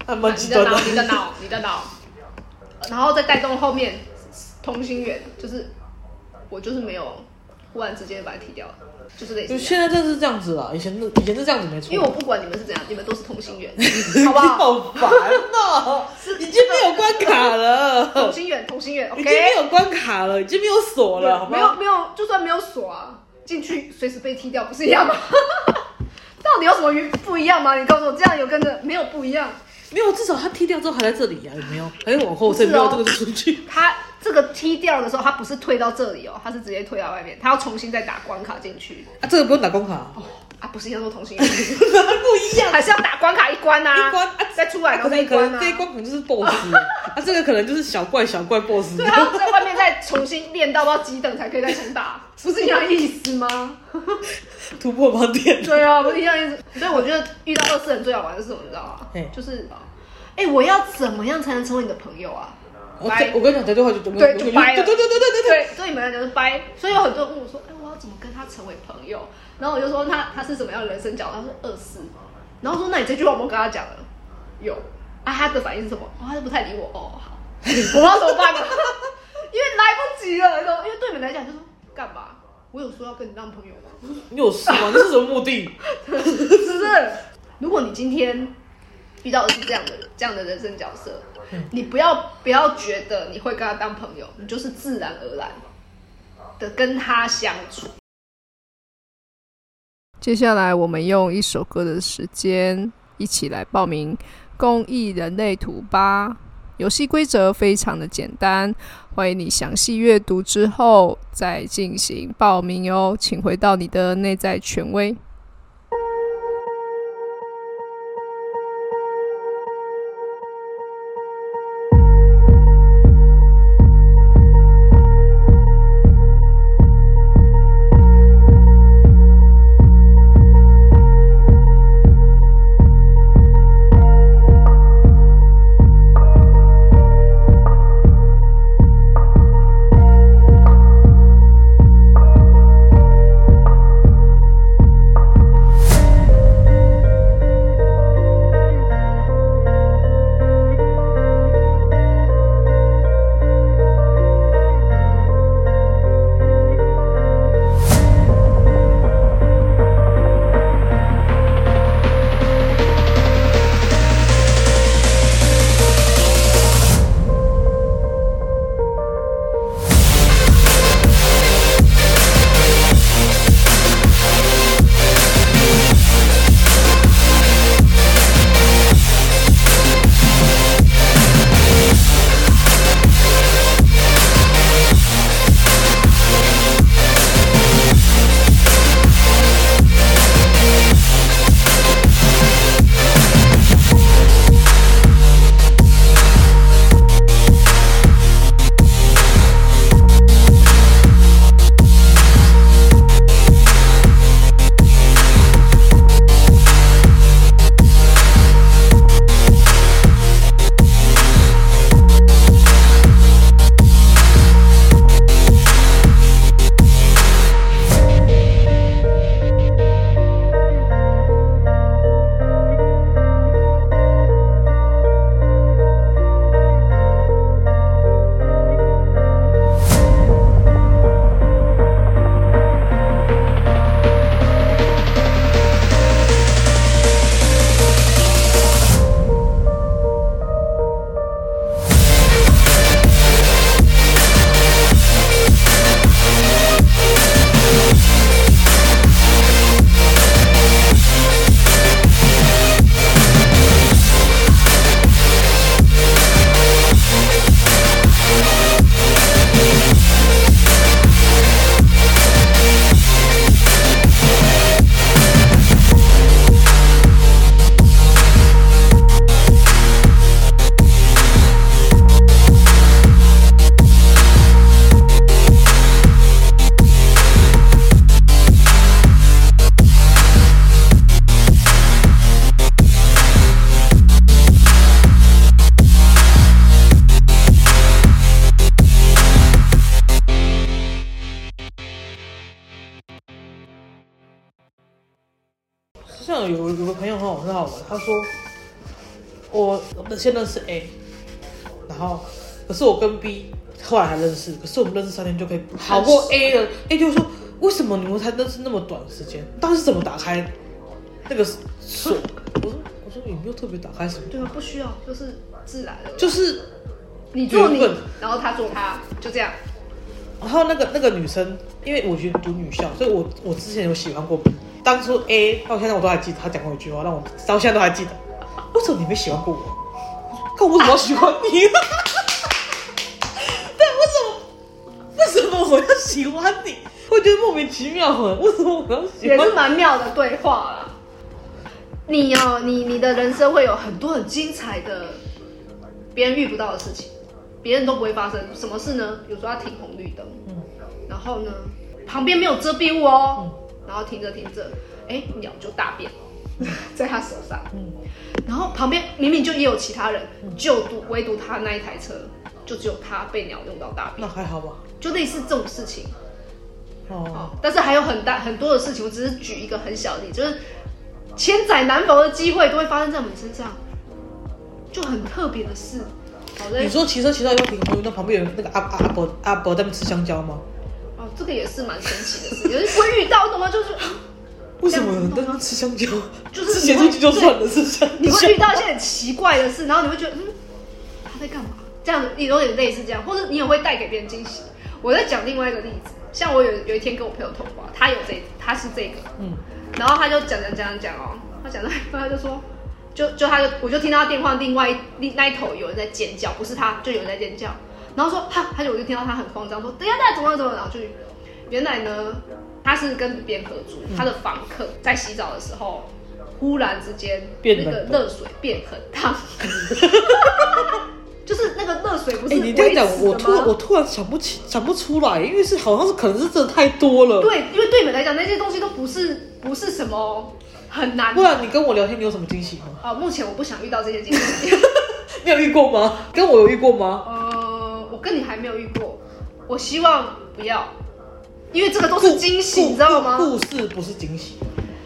你的脑，然后再带动后面同心圆，就是我就是没有忽然之间把它踢掉了，就是类似。就现在真的是这样子啦，以前是这样子没错。 因为我不管你们是怎样，你们都是同心圆，好不好？ 好烦哦！已经没有关卡了。 同心圆 ，OK。 已经没有关卡了，已经没有锁了，好不好？ 没有，就算没有锁啊，进去随时被踢掉，不是一样吗？到底有什么不一样吗？你告诉我，这样有跟着没有不一样？ 没有，至少他踢掉之后还在这里呀，有没有？还往后退，没有这个就出去。 他这个踢掉的时候，他不是退到这里哦，他是直接退到外面，他要重新再打关卡进去。 啊，这个不用打关卡不是要说同心圆，不一样， 还是要打关卡一关啊？ 一关再出来，然后可能这一关可能就是 BOSS 这个可能就是小怪 BOSS。 对，他要在外面再重新练到不知道几等才可以再重打，不是一样意思吗？ 突破盲点。 对啊，不是一样意思。所以我觉得遇到24人最好玩的是什么，你知道吗？就是我要怎么样才能成为你的朋友啊？ 我跟你讲，这句话就掰了。 对， 对你们来讲就是掰。所以有很多人问我说，我要怎么跟他成为朋友？然后我就说他是什么样的人生角色？他说24。然后说那你这句话有没有跟他讲了？有啊，他的反应是什么？他就不太理我。好，我不知道怎么办呢？因为来不及了。因为对你们来讲就是干嘛？我有说要跟你当朋友吗？ 你有事吗？这是什么目的？ 是不是？如果你今天遇到的是这样的人生角色，你不要觉得你会跟他当朋友，你就是自然而然的跟他相处。接下来我们用一首歌的时间一起来报名公益人类图吧。游戏规则非常的简单，欢迎你详细阅读之后再进行报名哦。请回到你的内在权威。 像有个朋友很好玩，他说我先认识 A， 然后可是我跟 B 后来还认识，可是我们认识3天就可以好过 A 了。A 就说为什么你们才认识那么短时间？当时怎么打开那个锁？我说也没有特别打开什么。 对啊，不需要，就是自然的， 就是你做你，然后他做他，就这样。 然后那个女生，因为我觉得读女校，所以我之前有喜欢过 B。当初 A 到现在我都还记得，他讲过一句话，让我到现在都还记得。为什么你没喜欢过我？看我为什么要喜欢你？对，为什么我要喜欢你？我觉得莫名其妙，为什么我要喜欢你？ 也是蛮妙的对话啦。你的人生会有很多很精彩的别人遇不到的事情，别人都不会发生。什么事呢？比如说要停红绿灯，然后呢旁边没有遮蔽物哦，然后停着，鸟就大便在他手上，然后旁边明明就也有其他人，唯独他那一台车就只有他被鸟用到大便。 那还好吧， 就类似这种事情。但是还有很多的事情，我只是举一个很小的例子，就是千载难逢的机会都会发生在我们身上，就很特别的事。 你说骑车骑到一半停红绿灯，旁边有那个阿伯在那边吃香蕉吗？ 这个也是蛮神奇的事，有时会遇到，懂吗？就是为什么有人在那吃香蕉？ 就是写出去就算了，是香蕉。 你会遇到一些很奇怪的事，然后你会觉得，他在干嘛？这样也有点类似这样，或者你也会带给别人惊喜。我在讲另外一个例子，像我有一天跟我朋友通话，他是这个，然后他就讲哦，他讲到一半他就说，我就听到他电话另外那一头有人在尖叫，不是他，就有人在尖叫，然后说我就听到他很慌张说，等一下怎么，然后就原来呢他是跟别人合租，他的房客在洗澡的时候，忽然之间那个热水变很烫。就是那个热水不是你这样讲，我突然想不出来，因为好像是可能是真的太多了。 对，因为对你们来讲，那些东西都不是什么很难。 不然你跟我聊天，你有什么惊喜吗？ 目前我不想遇到这些惊喜。 你有遇过吗？跟我有遇过吗？ 我跟你还没有遇过，我希望不要，因为这个都是惊喜，你知道吗？ 故事不是惊喜。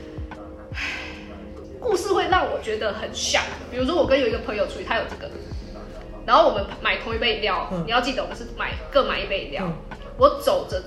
故事会让我觉得很像，比如说我跟有一个朋友出去，他有这个。然后我们买同一杯饮料，你要记得我们是各买一杯饮料。我走着，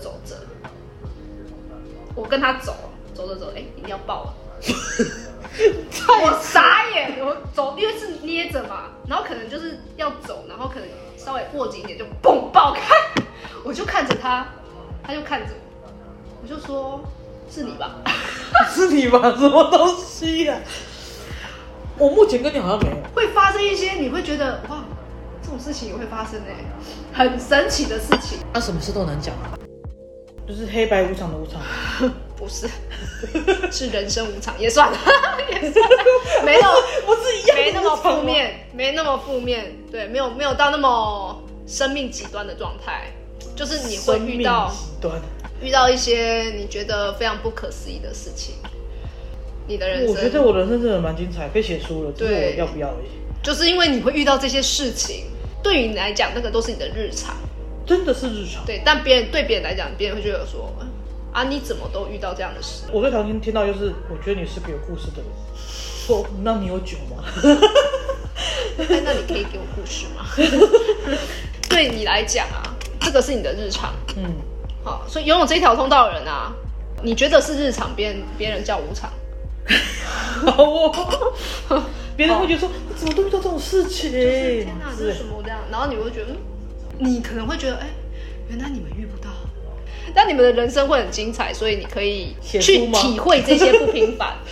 我跟他走着，饮料爆了，我傻眼，我走，因为是捏着嘛，然后可能就是要走，然后可能稍微握紧一点就嘣爆开，我就看着他，他就看着我就说是你吧？ 是你吧？什么东西啊？我目前跟你好像没有。 会发生一些你会觉得哇。这种事情也会发生很神奇的事情。 什么事都能讲，就是黑白无常的无常。 不是，是人生无常，也算了，没有， 不是一样， 没那么负面，没那么负面，对，没有到那么生命极端的状态，就是你会遇到一些你觉得非常不可思议的事情。你的人生， 我觉得我人生真的蛮精彩，可以写书了，只是我要不要而已。 就是因为你会遇到这些事情，对于你来讲，那个都是你的日常， 真的是日常。 对，但对别人来讲，别人会觉得说，你怎么都遇到这样的事？ 我最常听到就是，我觉得你是个有故事的人。说，那你有酒吗？ 那你可以给我故事吗？对你来讲这个是你的日常。好，所以拥有这条通道的人你觉得是日常，别人叫无常。 好哦。别人会觉得说，怎么都遇到这种事情？ 天哪，这是什么这样？然后你会觉得，你可能会觉得，原来你们遇不到，但你们的人生会很精彩，所以你可以去体会这些不平凡，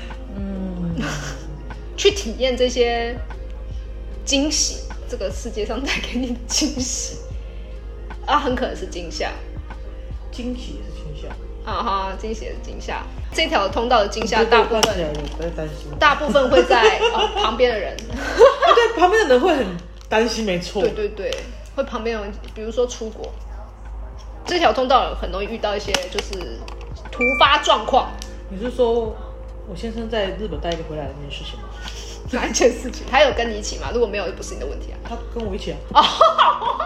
去体验这些惊喜，这个世界上带给你的惊喜，很可能是惊吓， 惊喜也是惊吓。 惊喜的惊吓，这条通道的惊吓大部分会在旁边的人， 对，旁边的人会很担心，没错， 对，会旁边有人，比如说出国，这条通道的人很容易遇到一些就是突发状况。 你是说我先生在日本带一个回来的那件事情吗？ 哪一件事情？他有跟你一起吗？如果没有，就不是你的问题他跟我一起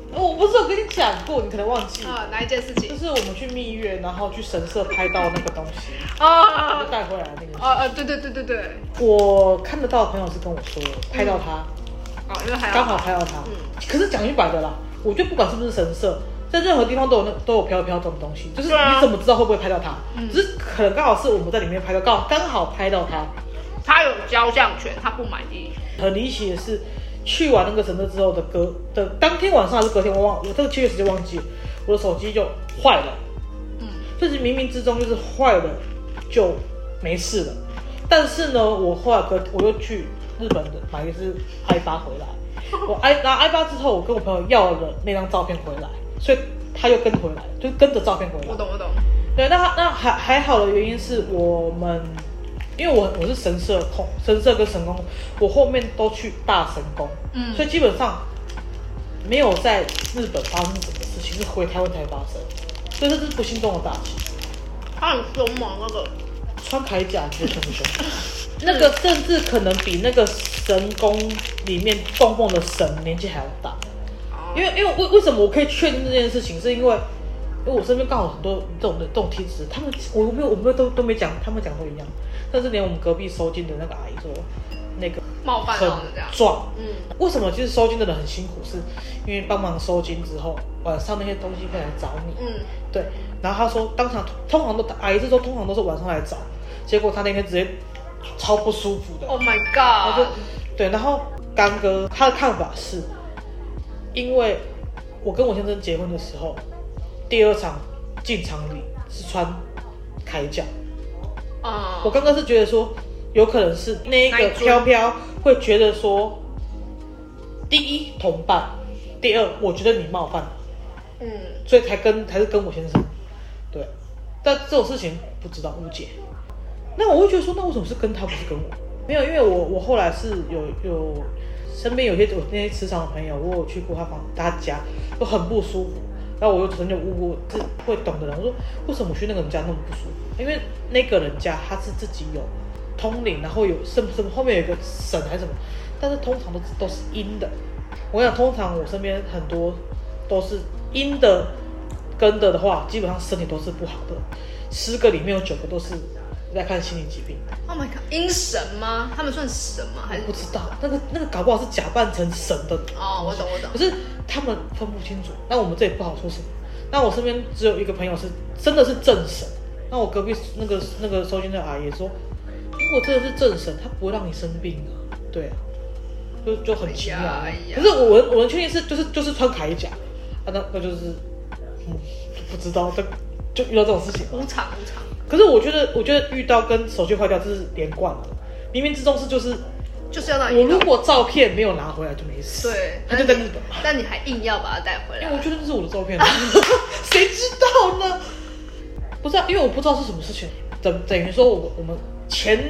我不是有跟你讲过，你可能忘记啊？哪一件事情？ 就是我们去蜜月，然后去神社拍到那个东西啊， 就带回来的那个。 对。 我看得到的朋友是跟我说拍到他， 因为还刚好拍到他。可是讲句白的啦，我觉得不管是不是神社，在任何地方都有飘飘这种东西，就是你怎么知道会不会拍到他？只是可能刚好是我们在里面拍到，刚好拍到他。 他有肖像权，他不满意。 很离奇的是，去完那个神社之后的当天晚上还是隔天，我这个确实就忘记了，我的手机就坏了。就是冥冥之中就是坏了就没事了。但是呢，我后来我又去日本的买一支 i8 回来，拿 i8 之后，我跟我朋友要了那张照片回来，所以他又跟回来，就跟着照片回来。 我懂。 对，那还好的原因是我们。因为我是神社跟神宫，我后面都去大神宫，所以基本上没有在日本发生什么事情，是回台湾才发生，所以这是不幸中的大幸。 他很凶吗？那个穿铠甲觉得凶不凶？那个甚至可能比那个神宫里面供奉的神年纪还要大。因为为什么我可以确定这件事情，是因为我身边刚好很多这种体质，他们我们都没讲，他们讲都一样。但是连我们隔壁收金的那个阿姨说，那个冒犯到这样壮。为什么？其实收金的人很辛苦，是因为帮忙收金之后，晚上那些东西会来找你。对。然后他说，阿姨是说通常都是晚上来找，结果他那天直接超不舒服的。 Oh my god！ 他说对，然后干哥他的看法是，因为我跟我先生结婚的时候，第二场进场礼是穿铠甲。我刚刚是觉得说，有可能是那个飘飘会觉得说，第一同伴，第二我觉得你冒犯了，所以才是跟我先生，对，但这种事情不知道误解，那我会觉得说，那为什么是跟他不是跟我？没有，因为我后来是有身边有些我那些磁场的朋友，我有去过他家，都很不舒服。然后我又曾经问过是会懂的人，我说为什么我去那个人家那么不舒服？因为那个人家他是自己有通灵，然后有什么后面有一个神还是什么，但是通常都是阴的。我想通常我身边很多都是阴的跟的话，基本上身体都是不好的。10个里面有9个都是在看心理疾病。 Oh my god， 阴神吗？他们算神吗？还是不知道？那个搞不好是假扮成神的。 我懂。 可是他们分不清楚，那我们这也不好说什么。那我身边只有一个朋友是真的是正神。那我隔壁那个收金的阿姨说，如果真的是正神，他不会让你生病啊。对啊，就很奇妙。可是我能确定是就是穿铠甲啊，那就是不知道，就遇到这种事情。 无常。 可是我觉得遇到跟手机坏掉这是连贯的，冥冥之中就是要让我如果照片没有拿回来就没事， 对， 他就在日本， 但你还硬要把它带回来， 因为我觉得这是我的照片，谁知道呢？不是因为我不知道是什么事情，等于说我们前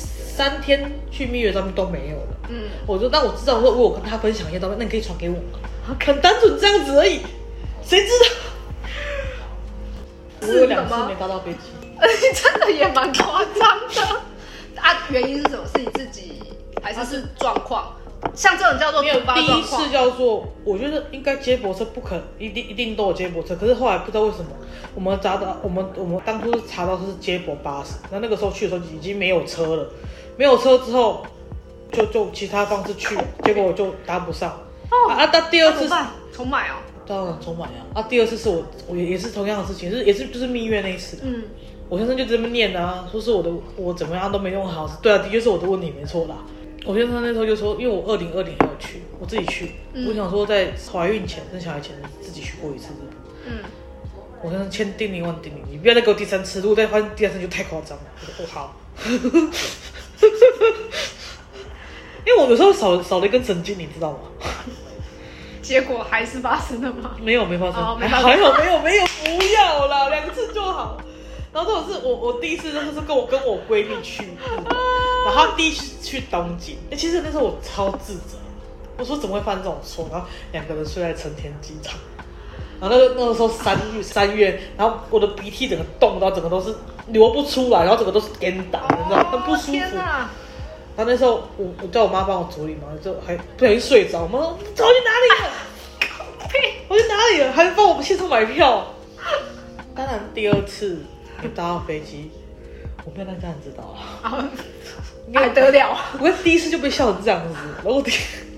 3天去蜜月照片都没有了，但我知道说我有跟他分享一些照片，那你可以传给我吗？很单纯这样子而已，谁知道？我有2次没搭到飞机。 你真的也蛮夸张的原因是什么？是你自己还是状况？像这种叫做突发状况。第一次叫做，我觉得应该接驳车不可一定都有接驳车，可是后来不知道为什么，我们当初查到是接驳巴士，那个时候去的时候已经没有车了，没有车之后就其他方式去，结果我就搭不上。但第二次重买哦。 当然重买啊！第二次是我也是同样的事情，也是就是蜜月那一次。我先生就这么念啊，说是我怎么样都没用好，对啊，的确是我的问题，没错啦。我先生那时候就说，因为我2020还有去，我自己去，我想说在怀孕前生小孩前自己去过一次日本。我先生千叮咛万叮咛，你不要再给我第3次，如果再换第2次就太夸张了。我说好，因为我有时候少了一根神经，你知道吗？ 结果还是发生了吗？ 没发生，还好没有，不要啦，2次就好。然后这种是我第一次就是跟我闺蜜去，然后第一次去东京。其实那时候我超自责，我说怎么会犯这种错？然后2个人睡在成田机场，然后那个时候3月，然后我的鼻涕整个冻到整个都是流不出来，然后整个都是颠倒，你知道，很不舒服。然后那时候我叫我妈帮我处理嘛，就还不小心睡着，我妈说走去哪里了？ 我去哪里了？还帮我们线上买票。当然，第二次搭到飞机，我没有让家人知道啊， 还得了？ 我第一次就被笑成这样子，然后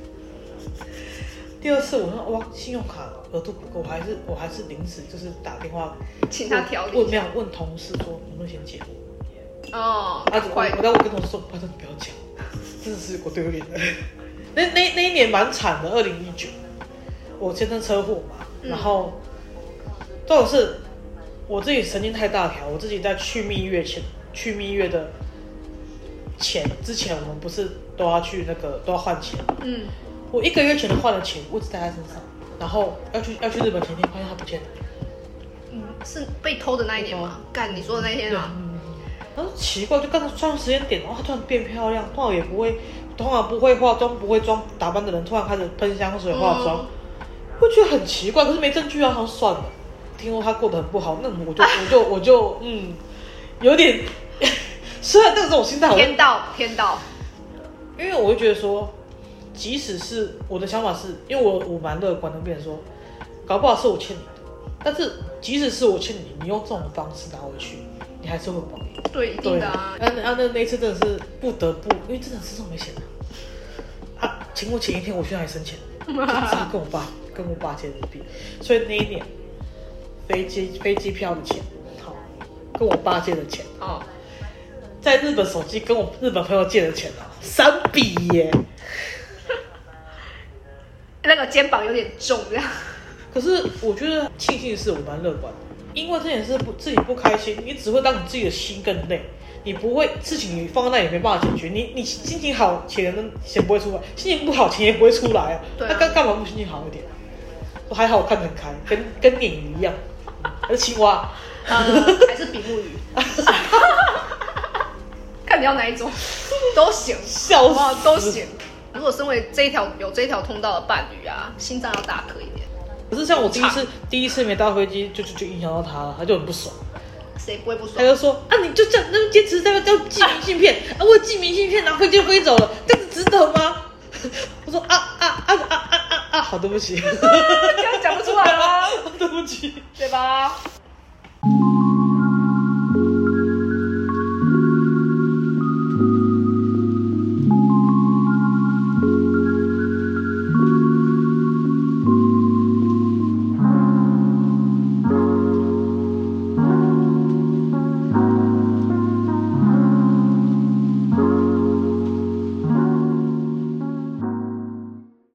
第二次我说哇，信用卡额度不够，我还是临时就是打电话请他调理， 问同事说能不能先解我。 哦， 我跟同事说，拜托你不要讲，真的是我丢脸的。那一年蛮惨的，2019，我先生车祸嘛，然后这种是我自己神经太大条，我自己在去蜜月的之前，我们不是都要去都要换钱，我1个月前的换了钱，我只带在身上，然后要去日本前天发现它不见了。 是被偷的那一年吗？干你说的那一天吗？ 然后奇怪，就刚好算时间点，哇，她突然变漂亮，通常不会化妆、不会打扮的人，突然开始喷香水、化妆，我觉得很奇怪。可是没证据啊，好像算了。听说她过得很不好，那我就有点，虽然那种心态， 天道， 因为我会觉得说，即使是我的想法是，因为我蛮乐观的，变成说，搞不好是我欠你的，但是即使是我欠你用这种方式拿回去，你还是会还。 对，一定的啊。 那一次真的是不得不，因为真的是这么没钱啊。请我前一天我去哪里生钱？就是跟我爸借日币，所以那一年飞机票的钱，好，跟我爸借的钱，在日本手机跟我日本朋友借的钱3笔耶。 那个肩膀有点重，这样。 可是我觉得庆幸的是我蛮乐观的。因为这件事自己不开心，你只会让你自己的心更累。你不会事情你放在那里没办法解决，你心情好钱不会出来，心情不好钱也不会出来啊。那干嘛不心情好一点？我还好，我看得很开，跟鲶鱼一样，还是青蛙， 还是比目鱼，看你要哪一种，都行， 笑死， 都行。如果身为有这条通道的伴侣啊，心脏要大颗一点。 可是像我第一次没搭飞机，就影响到他了，他就很不爽。 谁不会不爽？ 他就说啊，你就这样那么坚持要寄明信片啊，我寄明信片，然后飞机就飞走了，这样子值得吗？我说好，对不起， 这样讲不出来了， 对不起， 对吧？